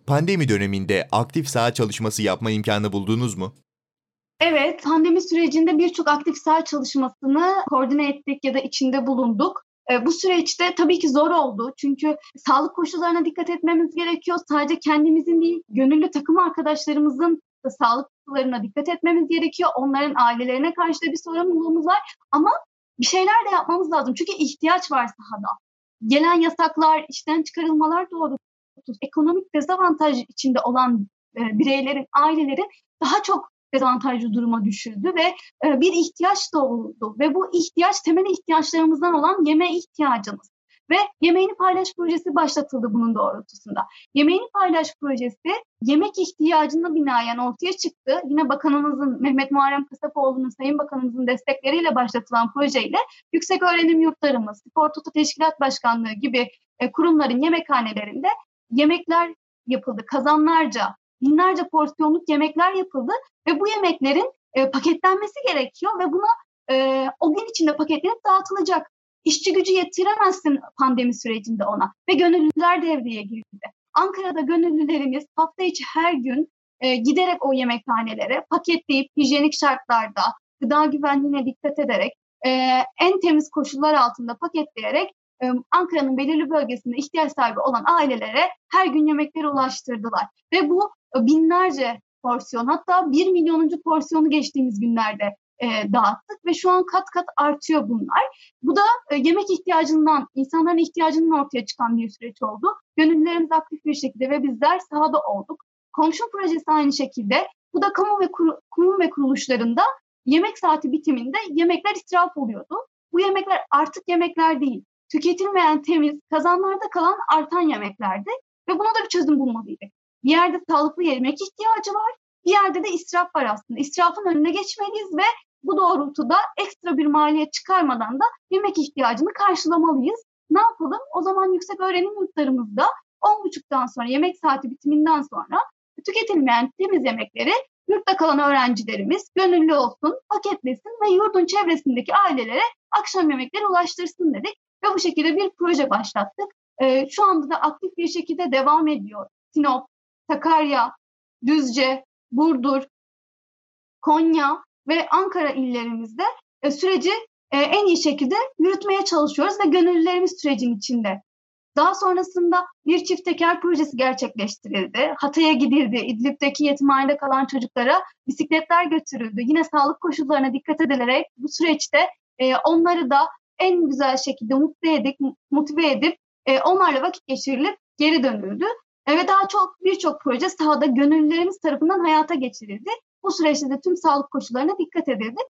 Pandemi döneminde aktif saha çalışması yapma imkanı buldunuz mu? Evet, pandemi sürecinde birçok aktif saha çalışmasını koordine ettik ya da içinde bulunduk. Bu süreçte tabii ki zor oldu. Çünkü sağlık koşullarına dikkat etmemiz gerekiyor. Sadece kendimizin değil, gönüllü takım arkadaşlarımızın da sağlık koşullarına dikkat etmemiz gerekiyor. Onların ailelerine karşı da bir sorumluluğumuz var. Ama bir şeyler de yapmamız lazım. Çünkü ihtiyaç var sahada. Gelen yasaklar, işten çıkarılmalar doğrultusunda ekonomik dezavantaj içinde olan bireylerin, ailelerin daha çok dezavantajlı duruma düşürdü ve bir ihtiyaç doğdu ve bu ihtiyaç temel ihtiyaçlarımızdan olan yeme ihtiyacımız. Ve Yemeğini Paylaş projesi başlatıldı bunun doğrultusunda. Yemeğini Paylaş projesi yemek ihtiyacına binaen ortaya çıktı. Yine bakanımızın Mehmet Muharrem Kasapoğlu'nun Sayın Bakanımızın destekleriyle başlatılan projeyle Yükseköğrenim Yurtlarımız, Spor Toto Teşkilat Başkanlığı gibi kurumların yemekhanelerinde yemekler yapıldı. Kazanlarca, binlerce porsiyonluk yemekler yapıldı ve bu yemeklerin paketlenmesi gerekiyor ve buna o gün içinde paketlenip dağıtılacak. İşçi gücü yetiremezsin pandemi sürecinde ona ve gönüllüler devreye girdi. Ankara'da gönüllülerimiz hafta içi her gün giderek o yemekhanelere paketleyip hijyenik şartlarda gıda güvenliğine dikkat ederek en temiz koşullar altında paketleyerek Ankara'nın belirli bölgesinde ihtiyaç sahibi olan ailelere her gün yemekleri ulaştırdılar. Ve bu binlerce porsiyon, hatta 1 milyonuncu porsiyonu geçtiğimiz günlerde dağıttık ve şu an kat kat artıyor bunlar. Bu da yemek ihtiyacından, insanların ihtiyacından ortaya çıkan bir süreç oldu. Gönüllülerimiz aktif bir şekilde ve bizler sahada olduk. Komşu projesi aynı şekilde. Bu da kamu ve kurum ve kuruluşlarında yemek saati bitiminde yemekler israf oluyordu. Bu yemekler artık yemekler değil. Tüketilmeyen, temiz, kazanlarda kalan artan yemeklerdi ve buna da bir çözüm bulmalıydık. Bir yerde sağlıklı yemek ihtiyacı var, bir yerde de israf var aslında. İsrafın önüne geçmeliyiz ve bu doğrultuda ekstra bir maliyet çıkarmadan da yemek ihtiyacını karşılamalıyız. Ne yapalım? O zaman yüksek öğrenim yurtlarımızda 10.30'dan sonra, yemek saati bitiminden sonra tüketilmeyen temiz yemekleri yurtta kalan öğrencilerimiz gönüllü olsun, paketlesin ve yurdun çevresindeki ailelere akşam yemekleri ulaştırsın dedik. Ve bu şekilde bir proje başlattık. Şu anda da aktif bir şekilde devam ediyor. Sinop, Sakarya, Düzce, Burdur, Konya ve Ankara illerimizde süreci en iyi şekilde yürütmeye çalışıyoruz ve gönüllülerimiz sürecin içinde. Daha sonrasında bir çift teker projesi gerçekleştirildi. Hatay'a gidildi. İdlib'deki yetimhanede kalan çocuklara bisikletler götürüldü. Yine sağlık koşullarına dikkat edilerek bu süreçte onları da en güzel şekilde motive edip onlarla vakit geçirilip geri dönüldü. Ve daha birçok proje sahada gönüllülerimiz tarafından hayata geçirildi. Bu süreçte de tüm sağlık koşullarına dikkat edildi